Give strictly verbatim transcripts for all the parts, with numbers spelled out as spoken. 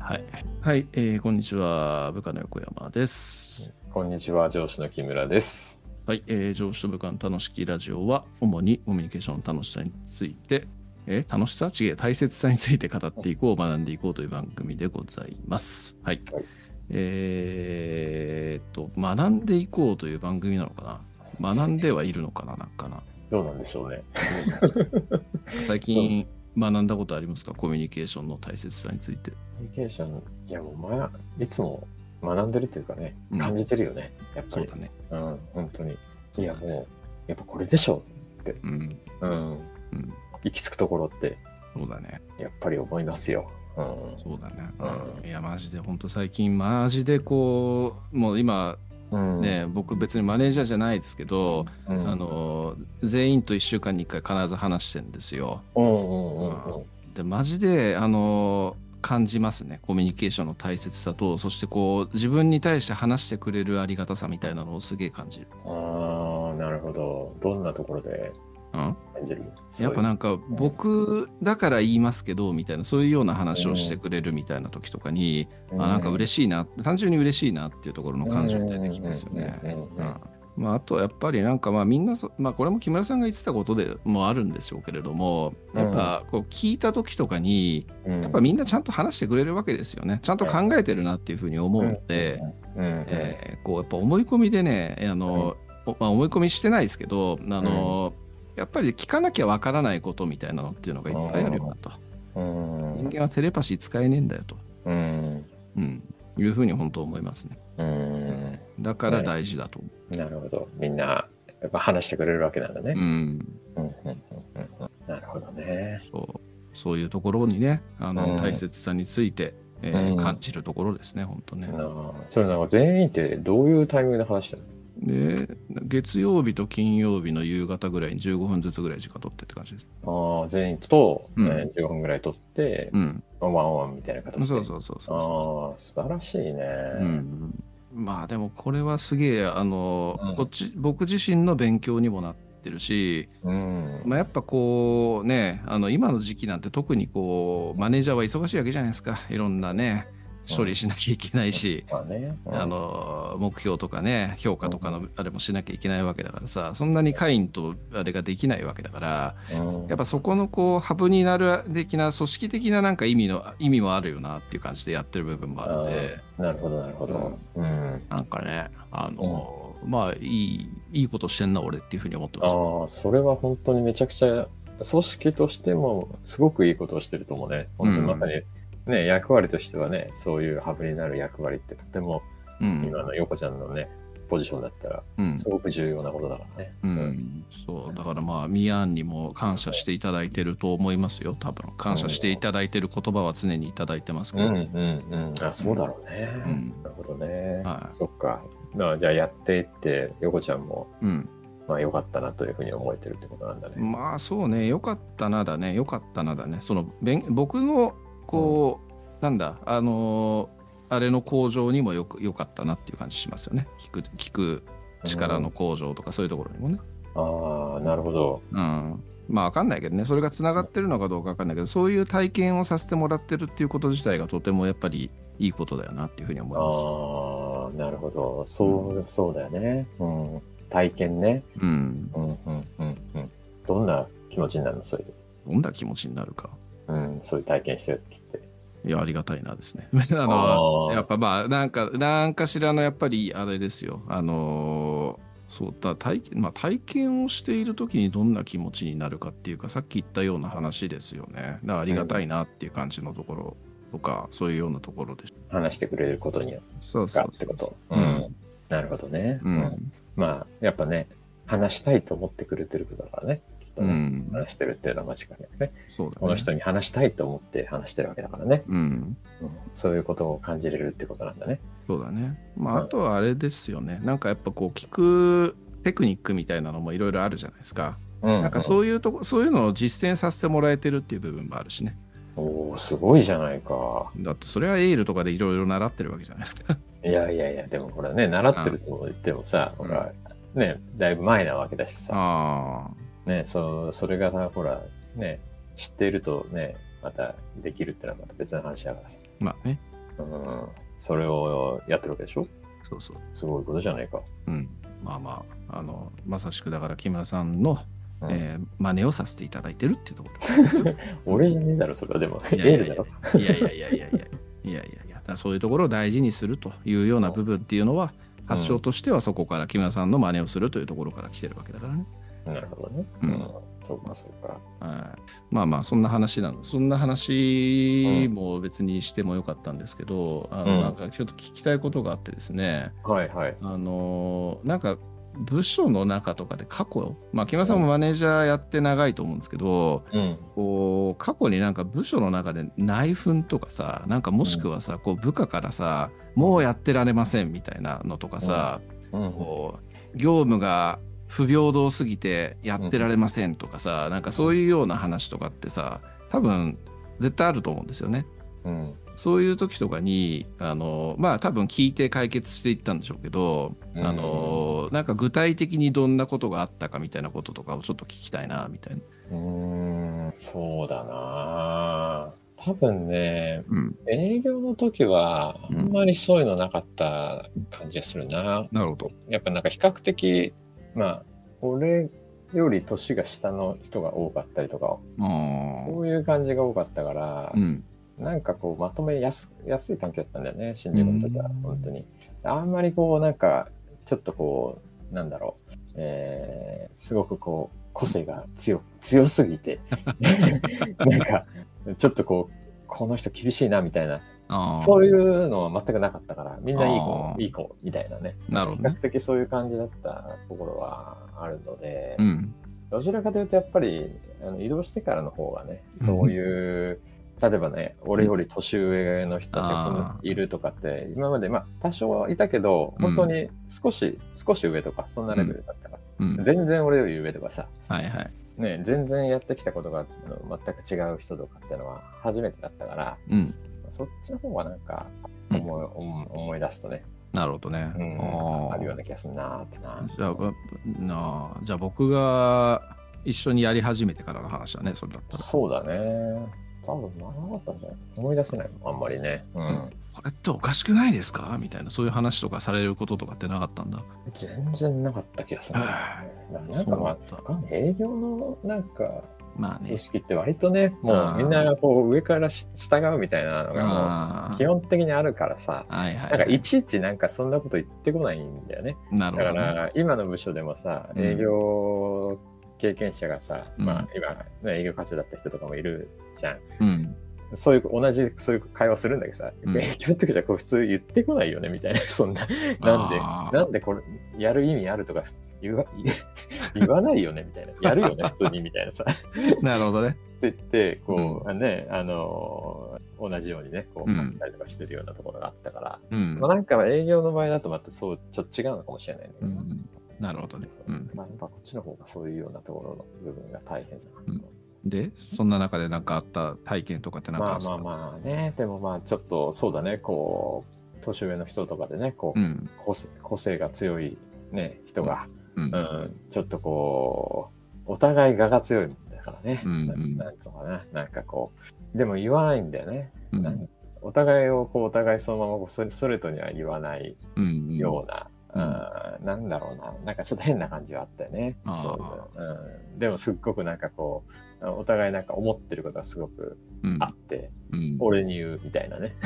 はい、はい、えー、こんにちは。部下の横山です。 こんにちは。上司の木村です。 はい、えー、上司と部下の楽しきラジオは、主にコミュニケーションの楽しさについて、えー、楽しさ違え、大切さについて語っていこう、学んでいこうという番組でございます。はい。 はい、 えーっと、学んでいこうという番組なのかな。学んではいるのかな、なんかな。 どうなんでしょうね。 どうなんですか。最どう近学んだことありますか、コミュニケーションの大切さについて。 コミュニケーション、いやもう、ま、いつも学んでるっていうかね、 うん、 感じてるよね。やっぱり。 そうだね。 うん、本当に。いやそうだね。 もう、やっぱこれでしょって、 うん、 うん、 うん、 行き着くところって、 そうだね。 やっぱり思いますよ。うん、 そうだね。うん。いうん、 や、マジで、本当最近、マジでこう、もう今、 うん、 ね、僕別にマネージャーじゃないですけど、あうん、 の、全員といっしゅうかんにいっかい必ず話してるんですよ。 うん、うん、 ううん、うん。 ん。で、マジで、あの、感じますね。コミュニケーションの大切さと、そしてこう、自分に対して話してくれるありがたさみたいなのをすげえ感じる。 ああ、なるほど。どんなところでうん。 感じるそういう。 やっぱなんかうん、 僕だから言いますけどみたいなそういうような話をしてうん、 くれるみたいな時とかに、 うあ、なんかん、 嬉しいな、単純に嬉しいなっていうところのうん、 感情出うん、 てきますようん、 ね。 うん、うん。 うん。まあ、あとやっぱりなんかまあみんなそ、まあこれも木村さんが言ってたことでもあるんでしょうけれども、やっうん、 ぱこう聞いた時とかに、 うん、 やっぱみんなちゃんと話してくれるわけですよね。ちゃんとはいはい。 考えてるなっていうふうに思うん、 うので、 うん、うん、 えーこうやっぱ思い込みでね、あうん、 の、おまあ、思い込みしてないですけど、あうん、 の、やっぱり聞かなきゃわからないことみたいなのっていうのがいっぱいあるよなと。 うん、うん、 人間はテレパシー使えねえんだよと。 うん、 うん。いうふうに本当思いますね。 ううん。 ん。 だからなる、 大事だと思なるほど。みんな、やっぱ話してくれるわけなんだう。うね。 ん。 うん、うん、うん、うん。なるほどね。 そう。そういうところにね、あの、大うん、 切さについて、 うえー感ん。 じるところですね、本当ね。 なあ、それなんか全員ってどういうタイミングで話してるで、月曜日と金曜日の夕方ぐらいにじゅうごふんずつぐらい時間取ってって感じです。 の？ああ、全員と、 うん。 えー、じゅうごふんぐらい取って、 うん。 ワンワンワンみたいな形で。 そうそうそうそうそう。 ああ、素晴らしいうね。 ん。まあでもこれはすげえ、あの、 うん、 こっち、僕自身の勉強にもなってるし、 うん、 まあ、やっぱこうね、あの今の時期なんて特にこう、マネージャーは忙しいわけじゃないですか。いろんなね、 うん、 処理しなきゃいけないし、 まあね。うあん、 の、目標とかね、評価とかうのあれもしなきゃいけないわけだからさ、そんなに会員とあれができないわけだから、 ん、うん。 やっぱそこのこう、ハブになる的な組織的ななんか意味の、意味もあるよなっていう感じでやってる部分もあるんあで、 あ、なるほど、なるほど。 うん。 うん。 なんかね、あうん。 の、まあ、いい、いいことしてんな、俺っていうふうに思ってますよ。 ああ、それは本当にめちゃくちゃ、組織としてもすごくいいことをしてると思うね。 う本当にまさに、 ん。 ね、役割としてはね、そういうハブになる役割ってとても、 うん。 今の横ちゃんのね、ポジションだったら、 うん。 すごく重要なことだからね。 ううん。 ん、そう、だからまあ、ミヤンにも感謝していただいてると思いますよ、多分。感謝していただいてる言葉は常にいただいてますうん、 けど。 うん、うん。あ、 うん。 そうだろうね。 うん。 なるほどね。 はそっか。まあ、じゃあやっていって、横ちゃんも、 い。うん。 まあ良かったなというふうに思えてるってことなんだね。 まあ、そうね、よかったなだね、よかったなだね。その、べん僕の、 うん。 こう、なんだ、あのーあれの向上にもよく、よかったなっていう感じしますよね。聞く、聞く力のうん。 向上とかそういうところにもね。 ああ、なるほど。 うん。まあわかんないけどね、それがつながってるのかどうかわかんないけど、そういう体験をさせてもらってるっていうこと自体がとてもやっぱりいいことだよなっていうふうに思います。 ああ、なるほど。 うん。 そう、そうだよね。うん。体験ね。 うん。 うん、うん、うん、うん。どんな気持ちになるのそれで。 どんな気持ちになるか。 うん、そういう体験してる時って。 いや、ありがたいなですね。ああの、やっあ、 ぱまあ、なんか、なんかしらのやっぱりあれですよ。あのそうだ、体験、まあ、体験をしている時にどんな気持ちになるかっていうか、さっき言ったような話ですよね。だからありがたうん。 いなっていう感じのところとか、そういうようなところでし話してくれることにそうがそうそうそってこと。 う。うん。 うん。なるほどね。うん。 うん。 まあ、やっぱね、話したいと思ってくれてることだからね。きっとうね。 ん。 話してるっていうのは間違いなくね。 そうだね。 この人に話したいと思って話してるわけだからね。 うん。 うん、そういうことを感じれるってことなんだね。 そうだね。まあ、あうん。 とはあれですよね。なんかやっぱこう、聞くテクニックみたいなのもいろいろあるじゃないですか。 うん、 なんかうん。 そういうとこ、そういうのを実践させてもらえてるっていう部分もあるしね。 おー、すごいじゃないか。 だってそれはエールとかでいろいろ習ってるわけじゃないですか。 いやいやいや、でもほらね、習ってるあと言ってもさ、 うん。 ほら、ね、だいぶ前なわけだしさ、 ああ。 ね、そ、それがさ、ほら、ね、知っているとね、またできるってのはまた別の話だからさ。 まあね。 うん、それをやってるわけでしょ。 そうそう。 すごいことじゃないか。 うん。まあまあ、あの、まさしくだから木村さんの、 うん、 えー真似をさせていただいてるっていうところですよ。 俺じゃねえだろ、それは。でも、エいやいやいやールだろ。 いやいやいやいやいやいやいやいやいや、だからそういうところを大事にするというような部分っていうのは、 うん、 発祥としてはそこから木村さんの真似をするというところから来てるわけだからね。 なるほどね。 ううんん、そうか、そうか。 はい、まあまあそんな話なの。そんな話も別にしてもよかったんですけど、あのなんかちょっと聞きたいことがあってですね、 はいはい。 あのなんか部署の中とかで過去、まあ木村さんもマネージャーやって長いと思うんですけど、 うん、 こう過去になんか部署の中で内紛とかさ、なんかもしくはさ、こう部下からさ、もうやってられませんみたいなのとかさ、 うん、 こう業務が不平等すぎてやってられませんとかさ、なんかそういうような話とかってさ、多分絶対あると思うんですよね。 うん、 そういう時とかにあのまあ多分聞いて解決していったんでしょうけど、 うん、 あのなんか具体的にどんなことがあったかみたいなこととかをちょっと聞きたいなみたいな。 うーん、そうだな。多分ね、 うん、 営業の時はあうん、 んまりそういうのなかった感じがするな。 なるほど。 やっぱなんか比較的、まあ、俺より年が下の人が多かったりとか、 あそういう感じが多かったから、 うん、 なんかこうまとめやす、やすい環境だったんだよね、新う入部の時は、 ん、 本当に。あんまりこうなんか、ちょっとこう、なんだろう、えー、すごくこう、個性が強、強すぎて、なんか、ちょっとこう、この人厳しいなみたいな、 あそういうのは全くなかったから、みんないい子あ、ーいい子みたいなね。 なるほどね。 比較的そういう感じだったところはあるので、 うん、 どちらかというとやっぱりあの移動してからの方がね、そういう、例えばね、俺より年上の人たちがいるとかって、今までまあ多少はいたけど、本当に少し、少し上とか、そんなレベルだったから、 うん、 全然俺より上とかさ、 はいはい。 ね、全然やってきたことがあの全く違う人とかっていうのは初めてだったから、 うん、 そっちの方がなんか思い,、思い出すとね、 なるほどね。 うん、 ああるような気がするなーってな。 じゃあ、ばなあ、じゃあ僕が一緒にやり始めてからの話だね、それだったら。 そうだね。多分なかったんじゃない思い出せないもん、あんまりね。うん。 これっておかしくないですかみたいな、そういう話とかされることとかってなかったんだ。 全然なかった気がする、ね。なんかまあ、わかんない営業のなんか、 まあね組織って割とね、もうみんなこう上から従うみたいなのがもう基本的にあるからさ、 はいはい、 なんかいちいちなんかそんなこと言ってこないんだよね。 なるほど、ね、 だから今の部署でもさ、営業経験者がさ、うん、まあ今、ね、営業課長だった人とかもいるじゃん。 うんそういう、同じ、そういう会話するんだけどさ、うん、勉強の時じゃこう普通言ってこないよね、みたいな。そんな、なんで、なんでこれ、やる意味あるとか言わ、言わないよね、みたいな。やるよね、普通に、みたいなさ。 なるほどね。 って言って、こう、うん、ね、あのー、同じようにね、こう、書いたりとかしてるようなところがあったから、うん、まあなんか営業の場合だとまたそう、ちょっと違うのかもしれないんだけど、うん、 なるほどね。 うん、まあやっぱこっちの方がそういうようなところの部分が大変だな。うんで、そんな中で何かあった体験とかって何かあるんですか？ まあまあまあね、でもまあちょっとそうだね、こう、年上の人とかでね、こう、うん、個, 個性が強いね、人が、うんうん、ちょっとこう、お互い我が強いんだからね、うんうん、な, なんつうのかな、なんかこう、でも言わないんだよね。うん、お互いをこう、お互いそのままこうストレートには言わないような、うんうん、なんだろうな、なんかちょっと変な感じはあったよね。そううん、でもすっごくなんかこう、お互いなんか思ってることがすごくあって、うんうん、俺に言うみたいなね。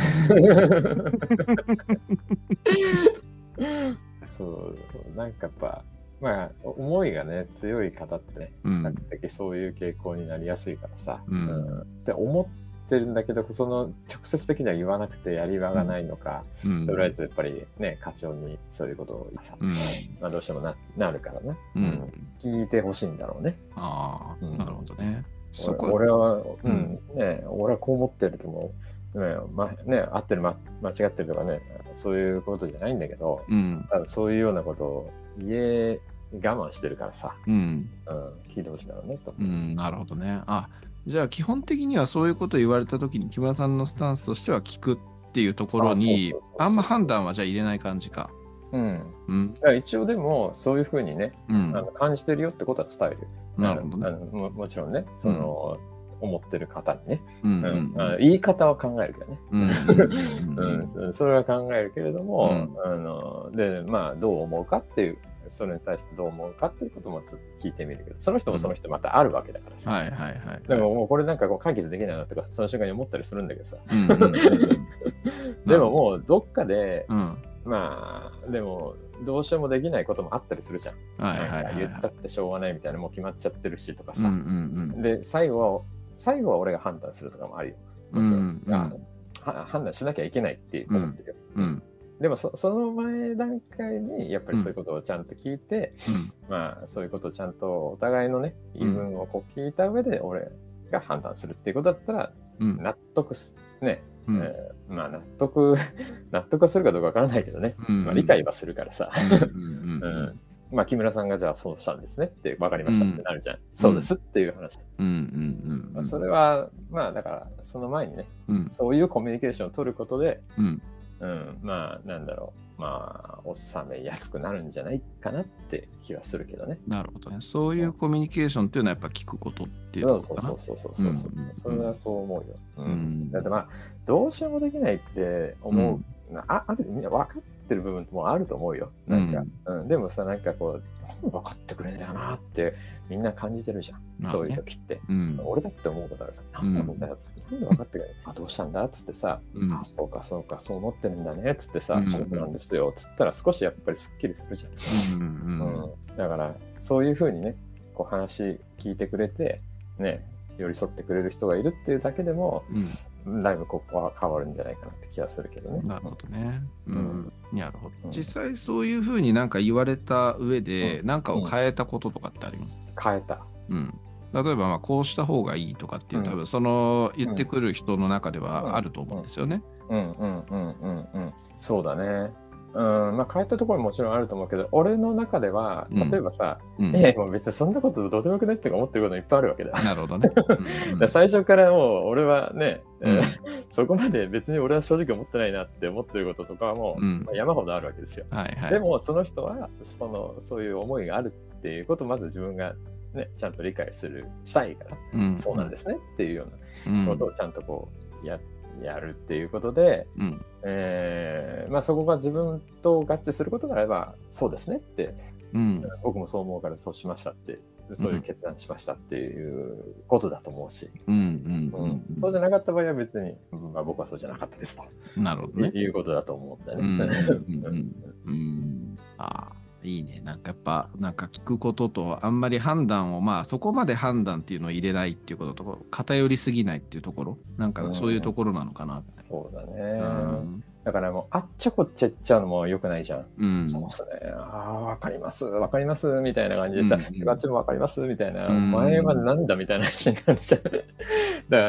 そう、なんかやっぱ、まあ、思いがね、強い方ってね、比較的そういう傾向になりやすいからさ、うんうん、って思ってるんだけど、その直接的には言わなくてやり場がないのか、うん、とりあえずやっぱりね、課長にそういうことをさ、うん、まあどうしても な, なるからね、うん、聞いてほしいんだろうね。 ああ、うん、なるほどね。 そこ俺は、うん、ね、俺はこう思ってるとも、ね、ま、ね、合ってる、ま、間違ってるとかね、そういうことじゃないんだけど、うん、そういうようなことを言え、我慢してるからさ、うん、うん、聞いてほしいだろうねと。 うん、なるほどね。あ、じゃあ基本的にはそういうことを言われたときに木村さんのスタンスとしては聞くっていうところに、あんま判断はじゃあ入れない感じか。 うん。うん、一応でも、そういうふうにね、うん、あの感じてるよってことは伝える。 なるほどね。 あの も, もちろんね、その、 思ってる方にね、うんうんうん、言い方は考えるけどね、うん、それは考えるけれども、うん、あのでまあどう思うかっていう、それに対してどう思うかっていうこともちょっと聞いてみるけど、その人もその人またあるわけだからさ、うん、はいはいはい、はい、でももうこれなんかこう解決できないなとかその瞬間に思ったりするんだけどさ、うんうんうん、でももうどっかで、うん、まあでもどうしようもできないこともあったりするじゃん、はいはいはいはい、言ったってしょうがないみたいな、もう決まっちゃってるしとかさ、うんうんうん、で最後は最後は俺が判断するとかもあるよ、もちろん、うんうん、判断しなきゃいけないって思ってるよ、うんうん、でも そ, その前段階にやっぱりそういうことをちゃんと聞いて、うん、まあそういうことをちゃんとお互いのね言い分をこう聞いた上で俺が判断するっていうことだったら、うん、納得すね、うんえー、まあ納得納得するかどうかわからないけどね、うんうん、まあ、理解はするからさ、うんうん、まあ木村さんがじゃあそうしたんですねって分かりましたってなるじゃん、うん、そうですっていう話、うんうんうんまあ、それはまあだからその前にね、うん、そういうコミュニケーションを取ることで、うんうん、まあなんだろう、まあ収めやすくなるんじゃないかなって気はするけどね。 なるほどね。そういうコミュニケーションっていうのはやっぱ聞くことっていうことかな。 そうそうそうそうそうそう、うん、それはそう思うよ、うんうん、だってまあどうしようもできないって思う、うん、あ, あるみんな分かってる部分もあると思うよ、なんか、うんうん、でもさなんかこう分かってくれんだよなってみんな感じてるじゃん、まあね、そういう時って、うん、俺だって思うことあるさ、なんだこんなやつ、なんで分かってくれんの、あどうしたんだっつってさ、うん、あそうかそうかそう思ってるんだねっつってさ、うん、そうなんですよっつったら少しやっぱりすっきりするじゃん、うんうんうん、だからそういうふうにねこう話聞いてくれてね寄り添ってくれる人がいるっていうだけでも、うん、だいぶここは変わるんじゃないかなって気がするけどね。 なるほどね。うん。うん、なるほど。実際そういうふうになんか言われた上で、うん、なんかを変えたこととかってありますか？ 変えた。 うん。例えばまあこうした方がいいとかっていう、うん、多分その言ってくる人の中ではあると思うんですよね。 うんうんうんうんうん。そうだね。うんまあ、変えたところももちろんあると思うけど、俺の中では、例えばさ、うん、え、もう別にそんなことどうでもよくないって思ってることいっぱいあるわけだよ。 なるほどね。 うんうん、最初からもう俺はね、うん、そこまで別に俺は正直思ってないなって思ってることとかはもう、うんまあ、山ほどあるわけですよ。はいはい、でもその人はそのそういう思いがあるっていうことをまず自分が、ね、ちゃんと理解するしたいから、うん、そうなんですねっていうようなことをちゃんとこうやって。やるっていうことで、うんえーまあ、そこが自分と合致することであればそうですねって、うん、僕もそう思うからそうしましたってそういう決断しましたっていうことだと思うし、うんうんうんうん、そうじゃなかった場合は別に、まあ、僕はそうじゃなかったですとなるほど、ね、 いうことだと思うんだね。 ああいいね。なんかやっぱ、なんか聞くことと、あんまり判断を、まあそこまで判断っていうのを入れないっていうことと、偏りすぎないっていうところ、なんかそういうところなのかなって。 うん、そうだね、うん。だからもう、あっちゃこっちゃ言っちゃうのも良くないじゃん。うん、そうですね。ああ、わかります、わかります、みたいな感じでさ、うんうん、あっちもわかります、みたいな、お前はなんだみたいな話になるじゃん。だから、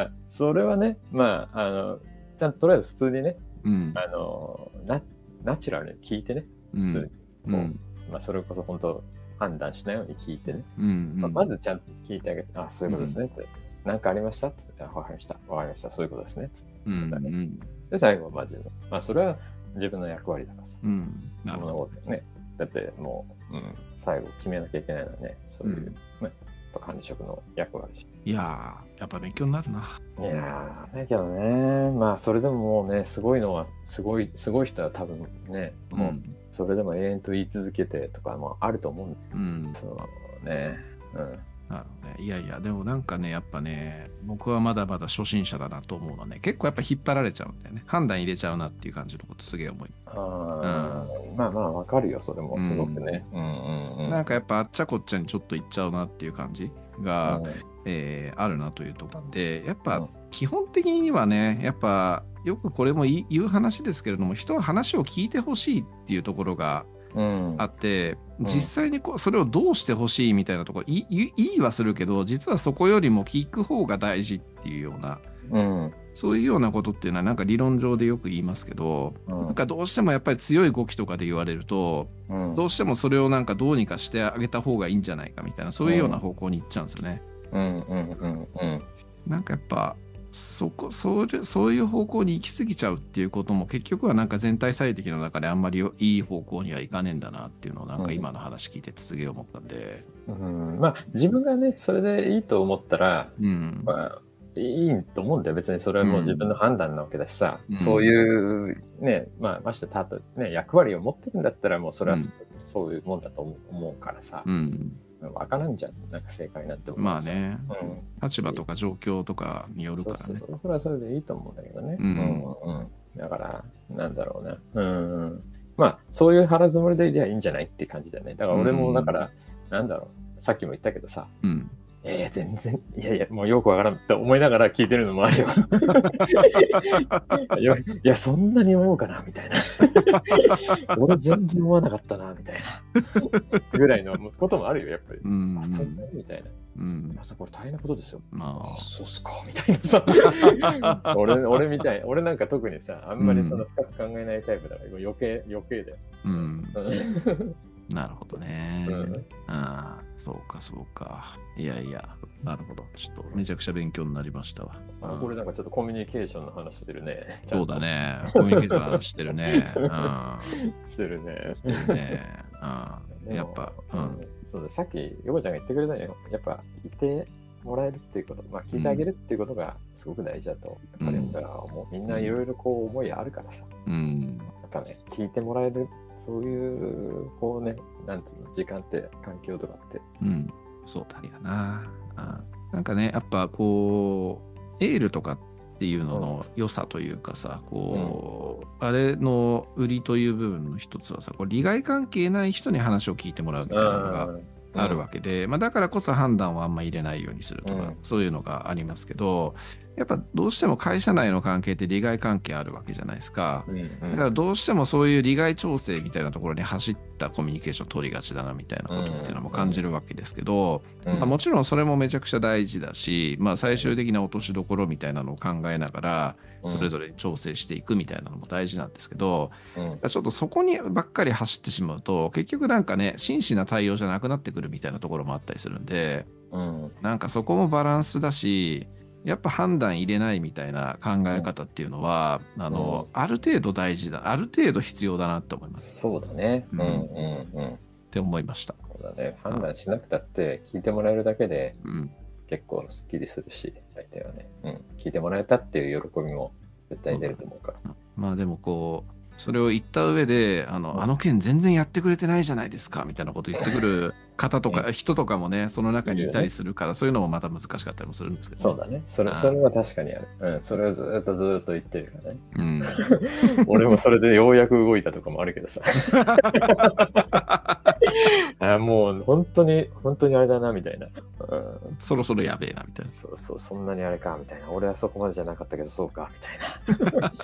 それはね、まあ、あの、ちゃんととりあえず普通にね、うん、あの、ナ、ナチュラルに聞いてね、普通に。こううんまあ、それこそ本当判断しないように聞いてね、うんうんまあ、まずちゃんと聞いてあげて、あそういうことですねって、うん、何かありましたって、あ、わかりました、わかりました、そういうことですねって、うんうん、で最後マジで、まあそれは自分の役割だからさ、うん、なるほどね、だってもう、うん、最後決めなきゃいけないのはね、そういう、うんね、やっぱ管理職の役割し。 いやー、やっぱ勉強になるな。 いやー、だけどね、まあそれでももうね、すごいのは、すごい、すごい人は多分ね、もう、うんそれでも永遠と言い続けてとかもあると思うんですよね。うん。 なるほどね。いやいや、でもなんかね、やっぱね、僕はまだまだ初心者だなと思うのはね、結構やっぱ引っ張られちゃうんだよね。判断入れちゃうなっていう感じのことすげえ思い。 あうん、まあまあわかるよ、それもすごくね。うんうんうん、 なんかやっぱあっちゃこっちゃにちょっと行っちゃうなっていう感じが、うんえー、あるなというところで、やっぱ基本的にはね、やっぱよくこれも言う話ですけれども、人は話を聞いてほしいっていうところがあって、うん、実際にこうそれをどうしてほしいみたいなところ、いいいいはするけど、実はそこよりも聞く方が大事っていうような、うん、そういうようなことっていうのはなんか理論上でよく言いますけど、うん、なんかどうしてもやっぱり強い動きとかで言われると、うん、どうしてもそれをなんかどうにかしてあげた方がいいんじゃないかみたいな、そういうような方向に行っちゃうんですよね。うんうんうんうん、なんかやっぱそこそれそういう方向に行き過ぎちゃうっていうことも結局はなんか全体最適の中であんまりいい方向にはいかねえんだなっていうのをなんか今の話聞いてすげえ思ったんで、 うんうん、まあ自分がねそれでいいと思ったら、うんまあ、 いいと思うんだよ。別にそれはもう自分の判断なわけだしさ、 うん、 そういうね、まあ、ましてたとね、役割を持ってるんだったらもうそれはそういうもんだと思うからさ、うん、わからんじゃん、なんか正解なんて思う。 まあね、うん、立場とか状況とかによるからね。 そうそうそう、それはそれでいいと思うんだけどね。うん、うんうん、だから、なんだろうな。うん、まあ、そういう腹積もりでいりゃいいんじゃないって感じだよね。だから俺も、だから、うん、なんだろう、さっきも言ったけどさ、うんいやいや、全然、いやいや、もうよくわからんって思いながら聞いてるのもあるよ。いや、そんなに思うかなみたいな。俺全然思わなかったなみたいな。ぐらいのこともあるよ、やっぱり。うん、あ、そんなみたいな。うん。まさこれ大変なことですよ。まあ、そうっすか、みたいなさ。俺、俺みたい、俺なんか特にさ、あんまりその深く考えないタイプだから、余計、余計だよ。うん。 なるほどね。うん、ああ、そうか、そうか。いやいや、なるほど。ちょっとめちゃくちゃ勉強になりましたわ。 あ、これなんかちょっとコミュニケーションの話してるね。 そうだね。コミュニケーションの話してるね。うん、 してるね。 してるね。うん、やっぱ、うん。 そうだ、さっき、ヨコちゃんが言ってくれたよ。やっぱ、いてもらえるっていうこと、まあ、聞いてあげるっていうことがすごく大事だと。やっぱり、だからもうみんないろいろこう思いあるからさ。うん。やっぱね、聞いてもらえる。そういう、こうね、なんつうの、時間って、環境とかって。 うん、そうだよな。あ、なんかね、やっぱこう、エールとかっていうのの良さというかさ、こう、うん、あれの売りという部分の一つはさ、こう利害関係ない人に話を聞いてもらうみたいなのがあるわけで、うん、まあ、だからこそ判断をあんま入れないようにするとか、うん、そういうのがありますけど、やっぱどうしても会社内の関係って利害関係あるわけじゃないですか。うんうん、だからどうしてもそういう利害調整みたいなところに走ったコミュニケーションを取りがちだなみたいなことっていうのも感じるわけですけど、うんうん、まあ、もちろんそれもめちゃくちゃ大事だし、まあ、最終的な落としどころみたいなのを考えながらそれぞれ調整していくみたいなのも大事なんですけど、うん、ちょっとそこにばっかり走ってしまうと結局なんかね真摯な対応じゃなくなってくるみたいなところもあったりするんで、うん、なんかそこもバランスだし、やっぱ判断入れないみたいな考え方っていうのは、うん、あの、うん、ある程度大事だ、ある程度必要だなと思います。 そうだね。うんうんうん。 って思いました。 そうだね。判断しなくたって聞いてもらえるだけで、うん、結構スッキリするし、相手はね、うん、聞いてもらえたっていう喜びも絶対出ると思うから。 うん、まあでもこう、それを言った上で、あの、うん、あの件全然やってくれてないじゃないですかみたいなこと言ってくる方とか、うん、人とかもね、その中にいたりするから、ね、そういうのもまた難しかったりもするんですけど、ね、 そうだね。それ、それは確かにある。うん、それをずっとずっと言ってるからね。うん。俺もそれでようやく動いたとかもあるけどさ。あ、もう本当に、本当にあれだな、みたいな。 うん、そろそろやべえな、みたいな。 そうそう、そんなにあれか、みたいな。俺はそこまでじゃなかったけど、そうか、みたいな。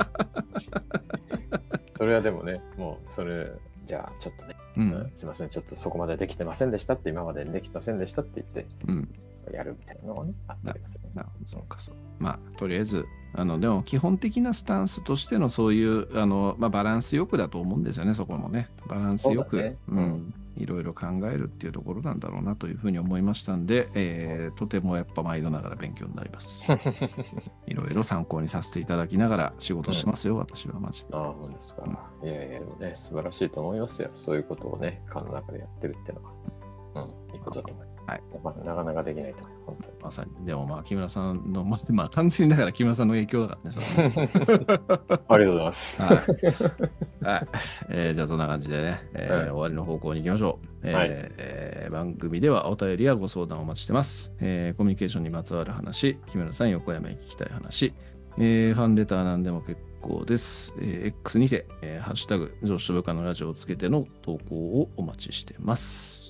それはでもね、もう、それ、じゃあ、ちょっとね、うんうん、すいません、ちょっとそこまでできてませんでしたって、今までできてませんでしたって言って、うん、やるみたいなのがね、あったりする、ね。 なるほど、そうか、そう。まあ、とりあえず、あの、でも、基本的なスタンスとしての、そういう、あの、まあ、バランスよくだと思うんですよね、そこもね。バランスよく、ね、うん、うん、いろいろ考えるっていうところなんだろうなというふうに思いましたんで、えー、とてもやっぱ毎度ながら勉強になります。いろいろ参考にさせていただきながら仕事してますよ、うん、私はマジで。 ああ、そうですか。うん、いやいや、ね、素晴らしいと思いますよ。そういうことをね、勘の中でやってるっていうのは。うん、いいことだと思います。はい、まあ、なかなかできないと思う、本当に。 まさに。でもまあ、木村さんの、まあ、完全にだから木村さんの影響だからね、そありがとうございます。はい。 はい、えー、じゃあ、そんな感じでね、えーはい、終わりの方向に行きましょう。えーはいえー、番組ではお便りやご相談をお待ちしてます。えー、コミュニケーションにまつわる話、木村さん、横山に聞きたい話、えー、ファンレターなんでも結構です。えー、X にて、えー、ハッシュタグ、上司と部下のラジオをつけての投稿をお待ちしてます。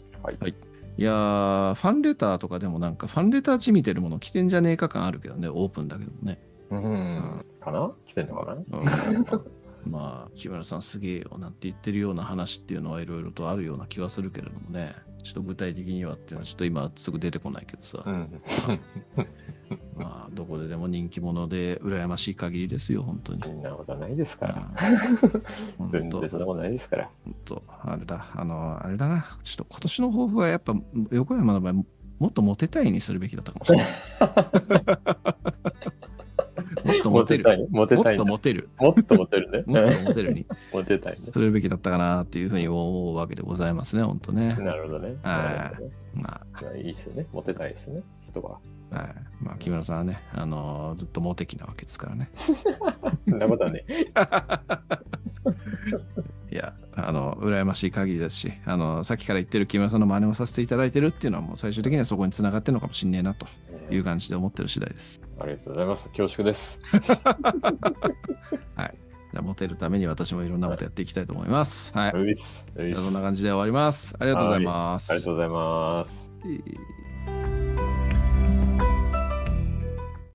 はい。はい、いやー、ファンレターとかでもなんか、ファンレター地見てるもの来てんじゃねえか感あるけどね、オープンだけどね。 うん、うん、かな来てんのかな、うんまあ、木村さんすげえよなんて言ってるような話っていうのはいろいろとあるような気はするけれどもね。ちょっと具体的にはっていうのはちょっと今すぐ出てこないけどさ。うん、まあ、どこででも人気者で羨ましい限りですよ、本当に。 そんなことないですから。全然そんなことないですから。 本当、あれだ、あの、あれだな。ちょっと今年の抱負はやっぱ横山の場合、もっとモテたいにするべきだったかもしれない。もっとモテる。 モテたい。 もっとモテる。 もっとモテるね。 もっとモテるに。 モテたいね。 するべきだったかなっていうふうに思うわけでございますね、本当ね。 なるほどね。 はい。まあ、いいですよね。モテたいですね、人は。 はい。まあ、木村さんはね、あのー、ずっとモテ期なわけですからね。 そんなことはね。 いや、あの、羨ましい限りですし、あの、さっきから言ってる木村さんの真似をさせていただいてるっていうのは、もう最終的にはそこに繋がってるのかもしんねえなという感じで思ってる次第です。 ありがとうございます。恐縮です。 はい。じゃあ、モテるために私もいろんなことやっていきたいと思います。はい。 ういっす。ういっす。 そんな感じで終わります。ありがとうございます。 ありがとうございます。 えー